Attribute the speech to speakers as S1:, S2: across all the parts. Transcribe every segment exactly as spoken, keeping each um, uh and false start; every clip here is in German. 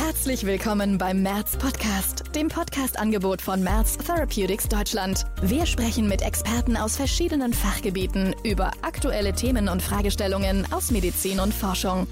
S1: Herzlich willkommen beim Merz Podcast, dem Podcast-Angebot von Merz Therapeutics Deutschland. Wir sprechen mit Experten aus verschiedenen Fachgebieten über aktuelle Themen und Fragestellungen aus Medizin und Forschung.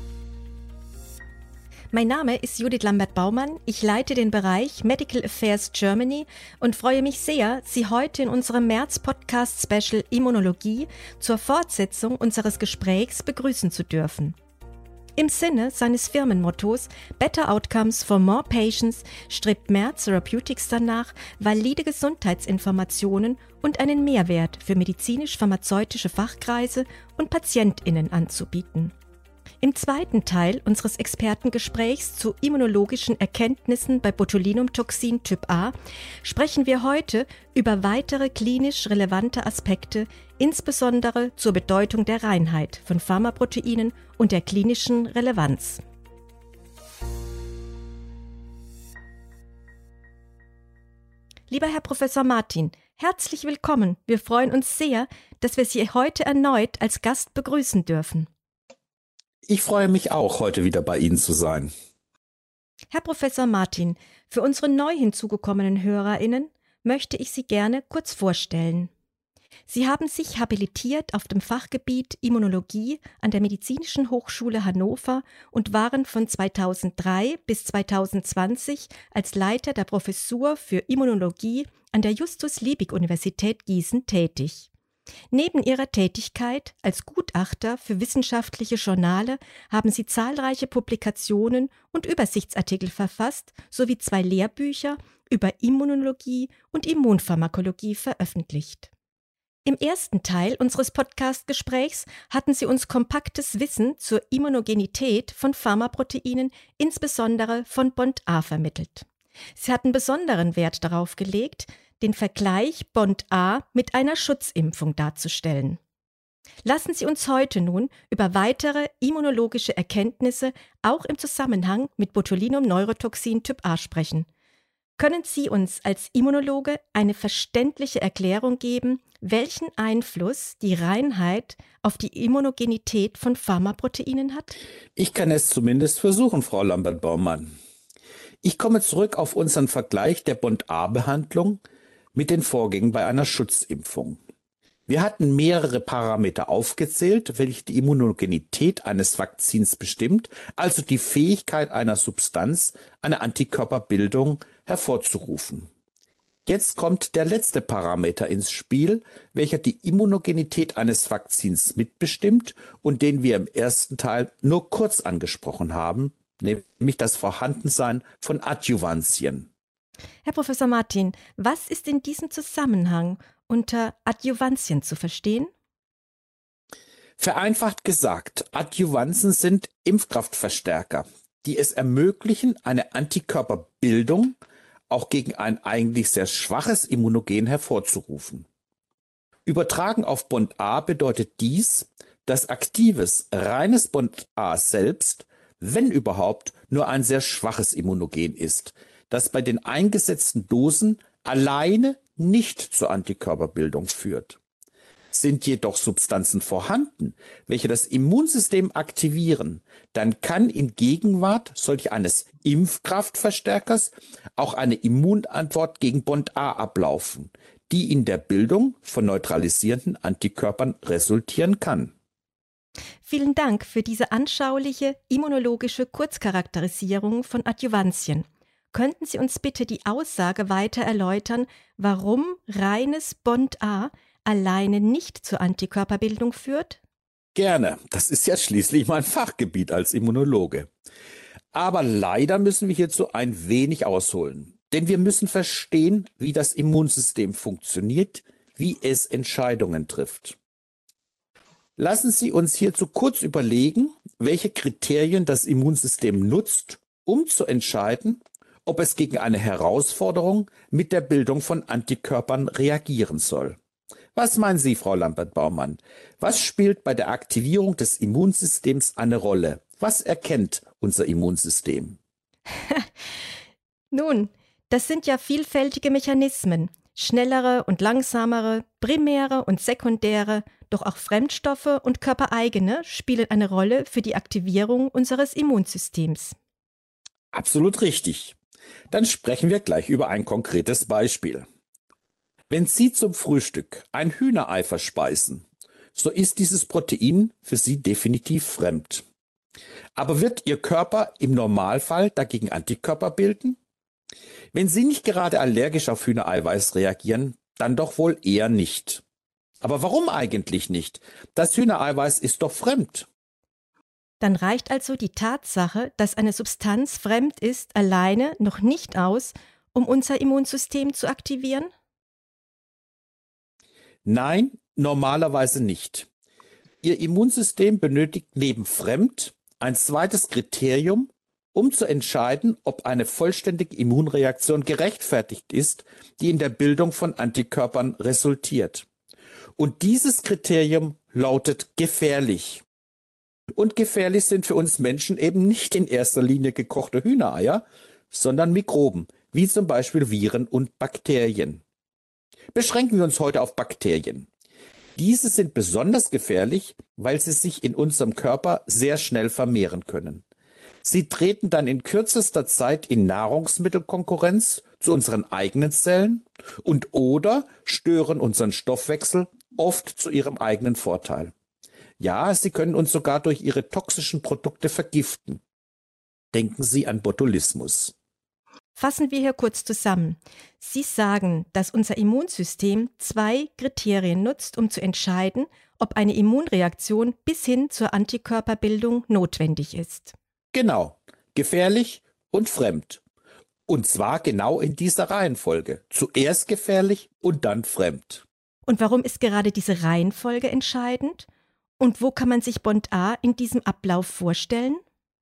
S2: Mein Name ist Judith Lambert-Baumann. Ich leite den Bereich Medical Affairs Germany und freue mich sehr, Sie heute in unserem März-Podcast-Special Immunologie zur Fortsetzung unseres Gesprächs begrüßen zu dürfen. Im Sinne seines Firmenmottos Better Outcomes for More Patients strebt Merz Therapeutics danach, valide Gesundheitsinformationen und einen Mehrwert für medizinisch-pharmazeutische Fachkreise und PatientInnen anzubieten. Im zweiten Teil unseres Expertengesprächs zu immunologischen Erkenntnissen bei Botulinumtoxin Typ A sprechen wir heute über weitere klinisch relevante Aspekte, insbesondere zur Bedeutung der Reinheit von Pharmaproteinen und der klinischen Relevanz. Lieber Herr Professor Martin, herzlich willkommen. Wir freuen uns sehr, dass wir Sie heute erneut als Gast begrüßen dürfen.
S3: Ich freue mich auch, heute wieder bei Ihnen zu sein.
S2: Herr Professor Martin, für unsere neu hinzugekommenen HörerInnen möchte ich Sie gerne kurz vorstellen. Sie haben sich habilitiert auf dem Fachgebiet Immunologie an der Medizinischen Hochschule Hannover und waren von zweitausenddrei bis zweitausendzwanzig als Leiter der Professur für Immunologie an der Justus-Liebig-Universität Gießen tätig. Neben ihrer Tätigkeit als Gutachter für wissenschaftliche Journale haben sie zahlreiche Publikationen und Übersichtsartikel verfasst sowie zwei Lehrbücher über Immunologie und Immunpharmakologie veröffentlicht. Im ersten Teil unseres Podcast-Gesprächs hatten sie uns kompaktes Wissen zur Immunogenität von Pharmaproteinen, insbesondere von Bond A, vermittelt. Sie hatten besonderen Wert darauf gelegt, den Vergleich Bond A mit einer Schutzimpfung darzustellen. Lassen Sie uns heute nun über weitere immunologische Erkenntnisse auch im Zusammenhang mit Botulinum-Neurotoxin Typ A sprechen. Können Sie uns als Immunologe eine verständliche Erklärung geben, welchen Einfluss die Reinheit auf die Immunogenität von Pharmaproteinen hat?
S3: Ich kann es zumindest versuchen, Frau Lambert-Baumann. Ich komme zurück auf unseren Vergleich der Bond A-Behandlung mit den Vorgängen bei einer Schutzimpfung. Wir hatten mehrere Parameter aufgezählt, welche die Immunogenität eines Vakzins bestimmt, also die Fähigkeit einer Substanz, eine Antikörperbildung hervorzurufen. Jetzt kommt der letzte Parameter ins Spiel, welcher die Immunogenität eines Vakzins mitbestimmt und den wir im ersten Teil nur kurz angesprochen haben, nämlich das Vorhandensein von Adjuvantien.
S2: Herr Professor Martin, was ist in diesem Zusammenhang unter Adjuvantien zu verstehen?
S3: Vereinfacht gesagt, Adjuvantien sind Impfkraftverstärker, die es ermöglichen, eine Antikörperbildung auch gegen ein eigentlich sehr schwaches Immunogen hervorzurufen. Übertragen auf Bond A bedeutet dies, dass aktives, reines Bond A selbst, wenn überhaupt, nur ein sehr schwaches Immunogen ist, das bei den eingesetzten Dosen alleine nicht zur Antikörperbildung führt. Sind jedoch Substanzen vorhanden, welche das Immunsystem aktivieren, dann kann in Gegenwart solch eines Impfkraftverstärkers auch eine Immunantwort gegen Bond A ablaufen, die in der Bildung von neutralisierenden Antikörpern resultieren kann.
S2: Vielen Dank für diese anschauliche immunologische Kurzcharakterisierung von Adjuvantien. Könnten Sie uns bitte die Aussage weiter erläutern, warum reines Bond A alleine nicht zur Antikörperbildung führt?
S3: Gerne, das ist ja schließlich mein Fachgebiet als Immunologe. Aber leider müssen wir hierzu ein wenig ausholen, denn wir müssen verstehen, wie das Immunsystem funktioniert, wie es Entscheidungen trifft. Lassen Sie uns hierzu kurz überlegen, welche Kriterien das Immunsystem nutzt, um zu entscheiden, ob es gegen eine Herausforderung mit der Bildung von Antikörpern reagieren soll. Was meinen Sie, Frau Lambert-Baumann? Was spielt bei der Aktivierung des Immunsystems eine Rolle? Was erkennt unser Immunsystem?
S2: Nun, das sind ja vielfältige Mechanismen. Schnellere und langsamere, primäre und sekundäre, doch auch Fremdstoffe und körpereigene spielen eine Rolle für die Aktivierung unseres Immunsystems.
S3: Absolut richtig. Dann sprechen wir gleich über ein konkretes Beispiel. Wenn Sie zum Frühstück ein Hühnerei verspeisen, so ist dieses Protein für Sie definitiv fremd. Aber wird Ihr Körper im Normalfall dagegen Antikörper bilden? Wenn Sie nicht gerade allergisch auf Hühnereiweiß reagieren, dann doch wohl eher nicht. Aber warum eigentlich nicht? Das Hühnereiweiß ist doch fremd.
S2: Dann reicht also die Tatsache, dass eine Substanz fremd ist, alleine noch nicht aus, um unser Immunsystem zu aktivieren?
S3: Nein, normalerweise nicht. Ihr Immunsystem benötigt neben fremd ein zweites Kriterium, um zu entscheiden, ob eine vollständige Immunreaktion gerechtfertigt ist, die in der Bildung von Antikörpern resultiert. Und dieses Kriterium lautet gefährlich. Und gefährlich sind für uns Menschen eben nicht in erster Linie gekochte Hühnereier, sondern Mikroben, wie zum Beispiel Viren und Bakterien. Beschränken wir uns heute auf Bakterien. Diese sind besonders gefährlich, weil sie sich in unserem Körper sehr schnell vermehren können. Sie treten dann in kürzester Zeit in Nahrungsmittelkonkurrenz zu unseren eigenen Zellen und oder stören unseren Stoffwechsel, oft zu ihrem eigenen Vorteil. Ja, sie können uns sogar durch ihre toxischen Produkte vergiften. Denken Sie an Botulismus.
S2: Fassen wir hier kurz zusammen. Sie sagen, dass unser Immunsystem zwei Kriterien nutzt, um zu entscheiden, ob eine Immunreaktion bis hin zur Antikörperbildung notwendig ist.
S3: Genau, gefährlich und fremd. Und zwar genau in dieser Reihenfolge. Zuerst gefährlich und dann fremd.
S2: Und warum ist gerade diese Reihenfolge entscheidend? Und wo kann man sich Bond A in diesem Ablauf vorstellen?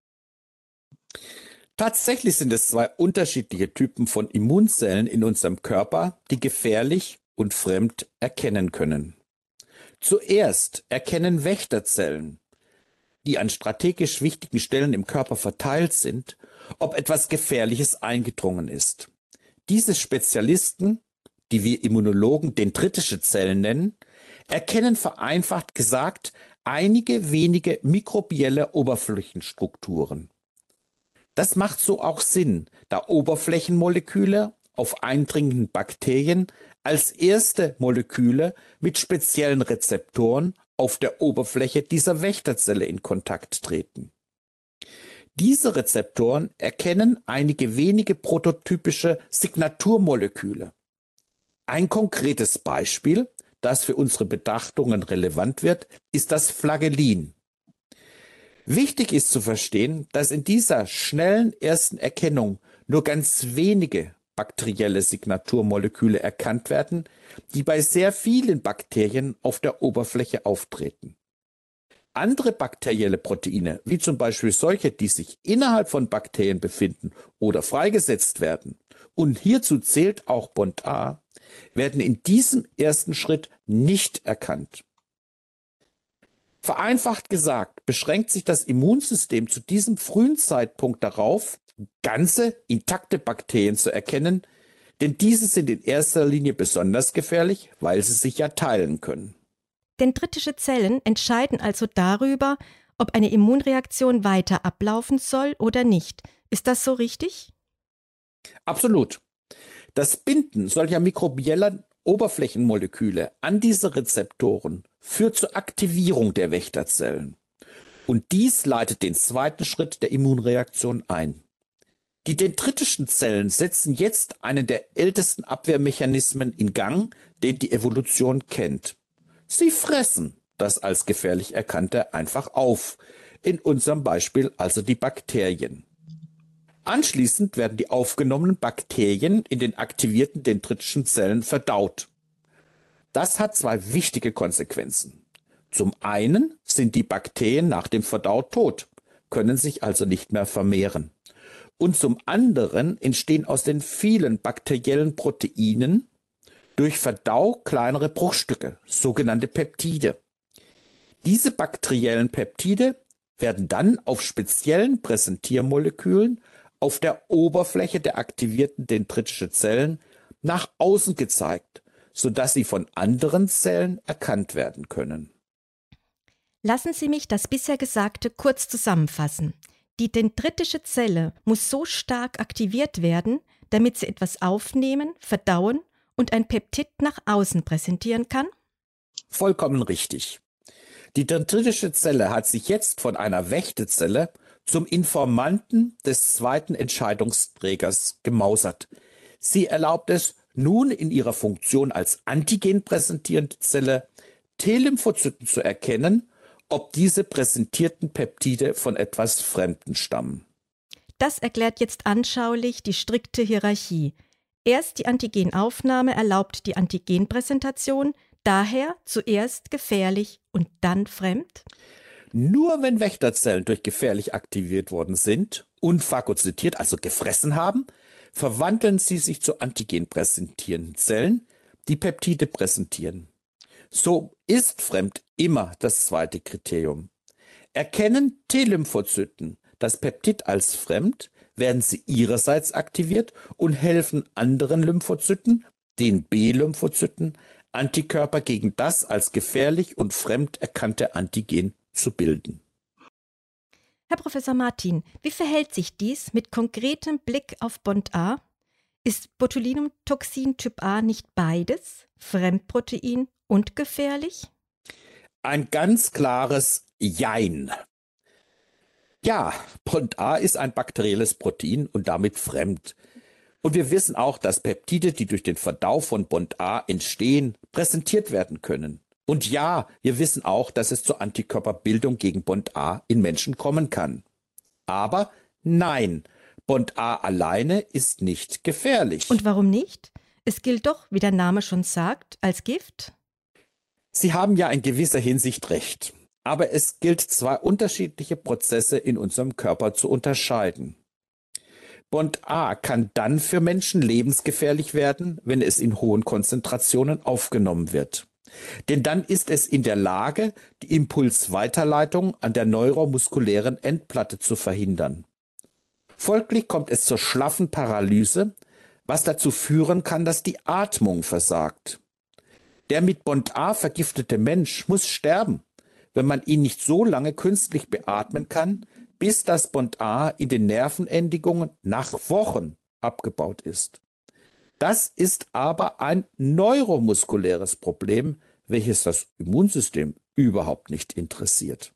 S3: Tatsächlich sind es zwei unterschiedliche Typen von Immunzellen in unserem Körper, die gefährlich und fremd erkennen können. Zuerst erkennen Wächterzellen, die an strategisch wichtigen Stellen im Körper verteilt sind, ob etwas Gefährliches eingedrungen ist. Diese Spezialisten, die wir Immunologen dendritische Zellen nennen, erkennen vereinfacht gesagt einige wenige mikrobielle Oberflächenstrukturen. Das macht so auch Sinn, da Oberflächenmoleküle auf eindringenden Bakterien als erste Moleküle mit speziellen Rezeptoren auf der Oberfläche dieser Wächterzelle in Kontakt treten. Diese Rezeptoren erkennen einige wenige prototypische Signaturmoleküle. Ein konkretes Beispiel, das für unsere Betrachtungen relevant wird, ist das Flagellin. Wichtig ist zu verstehen, dass in dieser schnellen ersten Erkennung nur ganz wenige bakterielle Signaturmoleküle erkannt werden, die bei sehr vielen Bakterien auf der Oberfläche auftreten. Andere bakterielle Proteine, wie zum Beispiel solche, die sich innerhalb von Bakterien befinden oder freigesetzt werden, und hierzu zählt auch Bond A, werden in diesem ersten Schritt nicht erkannt. Vereinfacht gesagt, beschränkt sich das Immunsystem zu diesem frühen Zeitpunkt darauf, ganze, intakte Bakterien zu erkennen, denn diese sind in erster Linie besonders gefährlich, weil sie sich ja teilen können.
S2: Dendritische Zellen entscheiden also darüber, ob eine Immunreaktion weiter ablaufen soll oder nicht. Ist das so richtig?
S3: Absolut. Das Binden solcher mikrobieller Oberflächenmoleküle an diese Rezeptoren führt zur Aktivierung der Wächterzellen. Und dies leitet den zweiten Schritt der Immunreaktion ein. Die dendritischen Zellen setzen jetzt einen der ältesten Abwehrmechanismen in Gang, den die Evolution kennt. Sie fressen das als gefährlich Erkannte einfach auf, in unserem Beispiel also die Bakterien. Anschließend werden die aufgenommenen Bakterien in den aktivierten dendritischen Zellen verdaut. Das hat zwei wichtige Konsequenzen. Zum einen sind die Bakterien nach dem Verdau tot, können sich also nicht mehr vermehren. Und zum anderen entstehen aus den vielen bakteriellen Proteinen durch Verdau kleinere Bruchstücke, sogenannte Peptide. Diese bakteriellen Peptide werden dann auf speziellen Präsentiermolekülen auf der Oberfläche der aktivierten dendritischen Zellen nach außen gezeigt, sodass sie von anderen Zellen erkannt werden können.
S2: Lassen Sie mich das bisher Gesagte kurz zusammenfassen. Die dendritische Zelle muss so stark aktiviert werden, damit sie etwas aufnehmen, verdauen und ein Peptid nach außen präsentieren kann?
S3: Vollkommen richtig. Die dendritische Zelle hat sich jetzt von einer Wächtezelle zum Informanten des zweiten Entscheidungsträgers gemausert. Sie erlaubt es nun in ihrer Funktion als Antigen präsentierende Zelle, T-Lymphozyten zu erkennen, ob diese präsentierten Peptide von etwas Fremden stammen.
S2: Das erklärt jetzt anschaulich die strikte Hierarchie. Erst die Antigenaufnahme erlaubt die Antigenpräsentation, daher zuerst gefährlich und dann fremd?
S3: Nur wenn Wächterzellen durch gefährlich aktiviert worden sind und phagozytiert, also gefressen haben, verwandeln sie sich zu Antigen präsentierenden Zellen, die Peptide präsentieren. So ist fremd immer das zweite Kriterium. Erkennen T-Lymphozyten das Peptid als fremd, werden sie ihrerseits aktiviert und helfen anderen Lymphozyten, den B-Lymphozyten, Antikörper gegen das als gefährlich und fremd erkannte Antigen zu bilden.
S2: Herr Professor Martin, wie verhält sich dies mit konkretem Blick auf Bond-A? Ist Botulinumtoxin Typ A nicht beides, Fremdprotein und gefährlich?
S3: Ein ganz klares Jein. Ja, Bond-A ist ein bakterielles Protein und damit fremd. Und wir wissen auch, dass Peptide, die durch den Verdau von Bond-A entstehen, präsentiert werden können. Und ja, wir wissen auch, dass es zur Antikörperbildung gegen Bond-A in Menschen kommen kann. Aber nein, Bond-A alleine ist nicht gefährlich.
S2: Und warum nicht? Es gilt doch, wie der Name schon sagt, als Gift.
S3: Sie haben ja in gewisser Hinsicht recht. Aber es gilt, zwei unterschiedliche Prozesse in unserem Körper zu unterscheiden. Bond-A kann dann für Menschen lebensgefährlich werden, wenn es in hohen Konzentrationen aufgenommen wird. Denn dann ist es in der Lage, die Impulsweiterleitung an der neuromuskulären Endplatte zu verhindern. Folglich kommt es zur schlaffen Paralyse, was dazu führen kann, dass die Atmung versagt. Der mit Bond-A vergiftete Mensch muss sterben, wenn man ihn nicht so lange künstlich beatmen kann, bis das Bond-A in den Nervenendigungen nach Wochen abgebaut ist. Das ist aber ein neuromuskuläres Problem, welches das Immunsystem überhaupt nicht interessiert.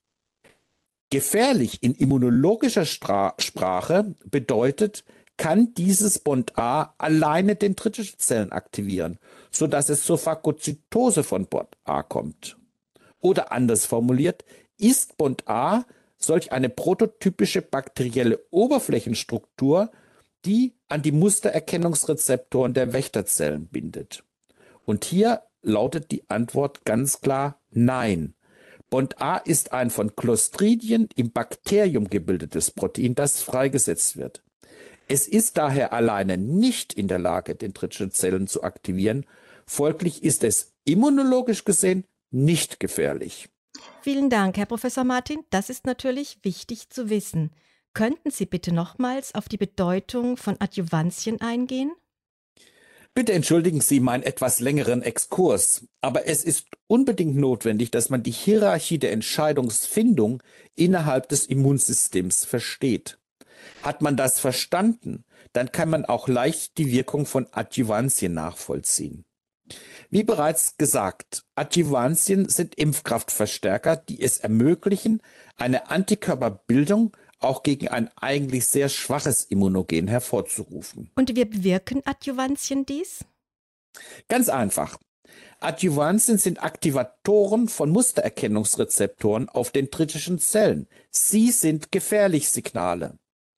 S3: Gefährlich in immunologischer Stra- Sprache bedeutet, kann dieses Bond-A alleine dendritische Zellen aktivieren, sodass es zur Phagozytose von Bond-A kommt. Oder anders formuliert, ist Bond-A solch eine prototypische bakterielle Oberflächenstruktur, die an die Mustererkennungsrezeptoren der Wächterzellen bindet. Und hier lautet die Antwort ganz klar nein. Bond-A ist ein von Clostridien im Bakterium gebildetes Protein, das freigesetzt wird. Es ist daher alleine nicht in der Lage, dendritische Zellen zu aktivieren. Folglich ist es immunologisch gesehen nicht gefährlich.
S2: Vielen Dank, Herr Professor Martin. Das ist natürlich wichtig zu wissen. Könnten Sie bitte nochmals auf die Bedeutung von Adjuvantien eingehen?
S3: Bitte entschuldigen Sie meinen etwas längeren Exkurs, aber es ist unbedingt notwendig, dass man die Hierarchie der Entscheidungsfindung innerhalb des Immunsystems versteht. Hat man das verstanden, dann kann man auch leicht die Wirkung von Adjuvantien nachvollziehen. Wie bereits gesagt, Adjuvantien sind Impfkraftverstärker, die es ermöglichen, eine Antikörperbildung auch gegen ein eigentlich sehr schwaches Immunogen hervorzurufen.
S2: Und wie bewirken Adjuvantien dies?
S3: Ganz einfach. Adjuvantien sind Aktivatoren von Mustererkennungsrezeptoren auf dendritischen Zellen. Sie sind Gefährlichsignale.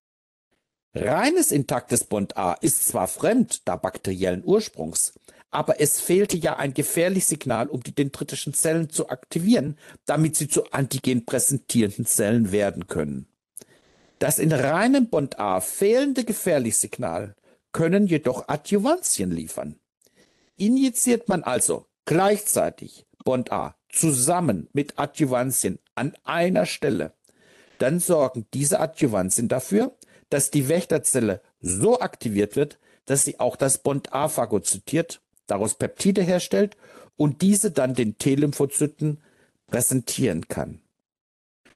S3: Reines intaktes Bond-A ist zwar fremd, da bakteriellen Ursprungs, aber es fehlte ja ein Gefährlichsignal, um die dendritischen Zellen zu aktivieren, damit sie zu Antigen präsentierenden Zellen werden können. Das in reinem Bond-A fehlende Gefährlichsignal können jedoch Adjuvantien liefern. Injiziert man also gleichzeitig Bond-A zusammen mit Adjuvantien an einer Stelle, dann sorgen diese Adjuvantien dafür, dass die Wächterzelle so aktiviert wird, dass sie auch das Bond-A phagozytiert, daraus Peptide herstellt und diese dann den T-Lymphozyten präsentieren kann.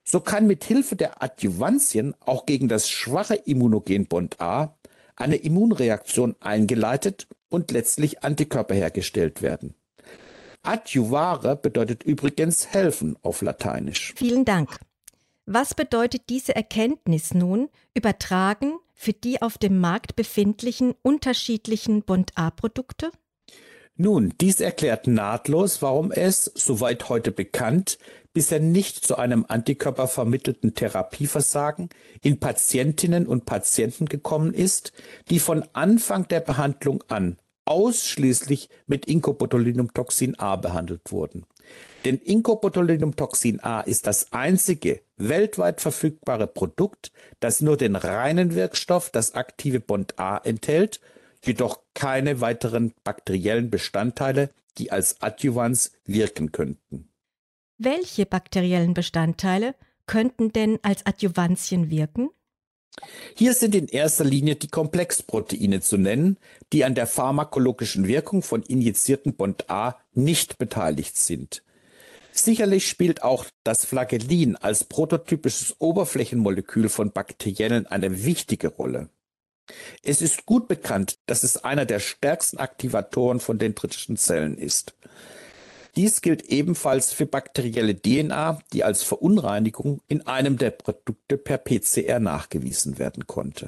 S3: So kann mit Hilfe der Adjuvantien auch gegen das schwache Immunogen Bond A eine Immunreaktion eingeleitet und letztlich Antikörper hergestellt werden. Adjuvare bedeutet übrigens helfen auf Lateinisch.
S2: Vielen Dank. Was bedeutet diese Erkenntnis nun übertragen für die auf dem Markt befindlichen unterschiedlichen Bond A-Produkte?
S3: Nun, dies erklärt nahtlos, warum es, soweit heute bekannt, bisher nicht zu einem antikörpervermittelten Therapieversagen in Patientinnen und Patienten gekommen ist, die von Anfang der Behandlung an ausschließlich mit Incobotulinumtoxin A behandelt wurden. Denn Incobotulinumtoxin A ist das einzige weltweit verfügbare Produkt, das nur den reinen Wirkstoff, das aktive Bond A, enthält, jedoch keine weiteren bakteriellen Bestandteile, die als Adjuvanz wirken könnten.
S2: Welche bakteriellen Bestandteile könnten denn als Adjuvantien wirken?
S3: Hier sind in erster Linie die Komplexproteine zu nennen, die an der pharmakologischen Wirkung von injizierten Bond A nicht beteiligt sind. Sicherlich spielt auch das Flagellin als prototypisches Oberflächenmolekül von Bakterien eine wichtige Rolle. Es ist gut bekannt, dass es einer der stärksten Aktivatoren von dendritischen Zellen ist. Dies gilt ebenfalls für bakterielle D N A, die als Verunreinigung in einem der Produkte per P C R nachgewiesen werden konnte.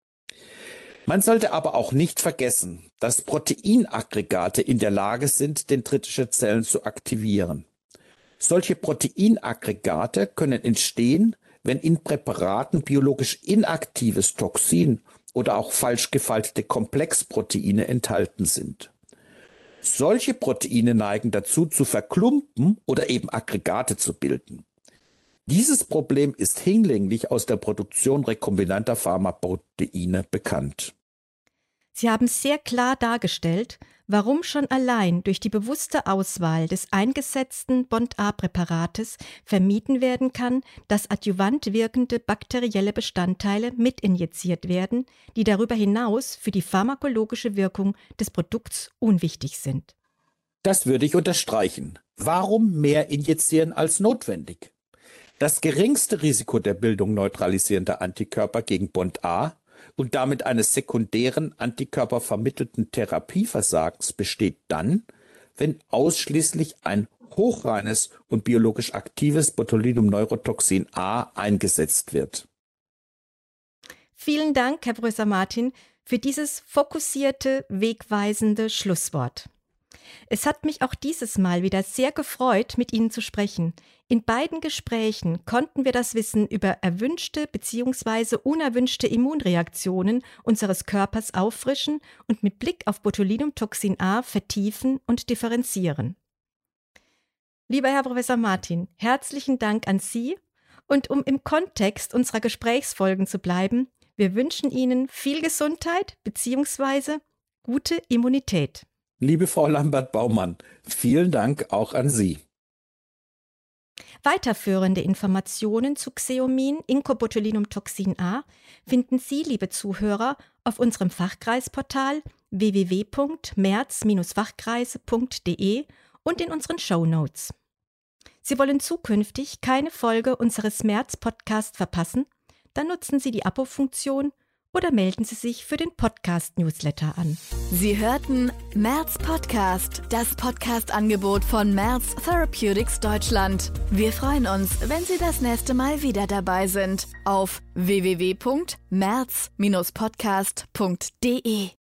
S3: Man sollte aber auch nicht vergessen, dass Proteinaggregate in der Lage sind, dendritische Zellen zu aktivieren. Solche Proteinaggregate können entstehen, wenn in Präparaten biologisch inaktives Toxin oder auch falsch gefaltete Komplexproteine enthalten sind. Solche Proteine neigen dazu, zu verklumpen oder eben Aggregate zu bilden. Dieses Problem ist hinlänglich aus der Produktion rekombinanter Pharmaproteine bekannt.
S2: Sie haben sehr klar dargestellt, warum schon allein durch die bewusste Auswahl des eingesetzten Bond A-Präparates vermieden werden kann, dass adjuvant wirkende bakterielle Bestandteile mitinjiziert werden, die darüber hinaus für die pharmakologische Wirkung des Produkts unwichtig sind.
S3: Das würde ich unterstreichen. Warum mehr injizieren als notwendig? Das geringste Risiko der Bildung neutralisierender Antikörper gegen Bond A und damit eines sekundären antikörpervermittelten Therapieversagens besteht dann, wenn ausschließlich ein hochreines und biologisch aktives Botulinumneurotoxin A eingesetzt wird.
S2: Vielen Dank, Herr Professor Martin, für dieses fokussierte, wegweisende Schlusswort. Es hat mich auch dieses Mal wieder sehr gefreut, mit Ihnen zu sprechen. In beiden Gesprächen konnten wir das Wissen über erwünschte bzw. unerwünschte Immunreaktionen unseres Körpers auffrischen und mit Blick auf Botulinumtoxin A vertiefen und differenzieren. Lieber Herr Professor Martin, herzlichen Dank an Sie und um im Kontext unserer Gesprächsfolgen zu bleiben, wir wünschen Ihnen viel Gesundheit bzw. gute Immunität.
S3: Liebe Frau Lambert-Baumann, vielen Dank auch an Sie.
S2: Weiterführende Informationen zu Xeomin Incobotulinumtoxin A finden Sie, liebe Zuhörer, auf unserem Fachkreisportal w w w punkt merz Bindestrich fachkreise punkt de und in unseren Shownotes. Sie wollen zukünftig keine Folge unseres Merz-Podcasts verpassen? Dann nutzen Sie die Abo-Funktion oder melden Sie sich für den Podcast-Newsletter an.
S1: Sie hörten Merz Podcast, das Podcast-Angebot von Merz Therapeutics Deutschland. Wir freuen uns, wenn Sie das nächste Mal wieder dabei sind auf w w w punkt merz Bindestrich podcast punkt de.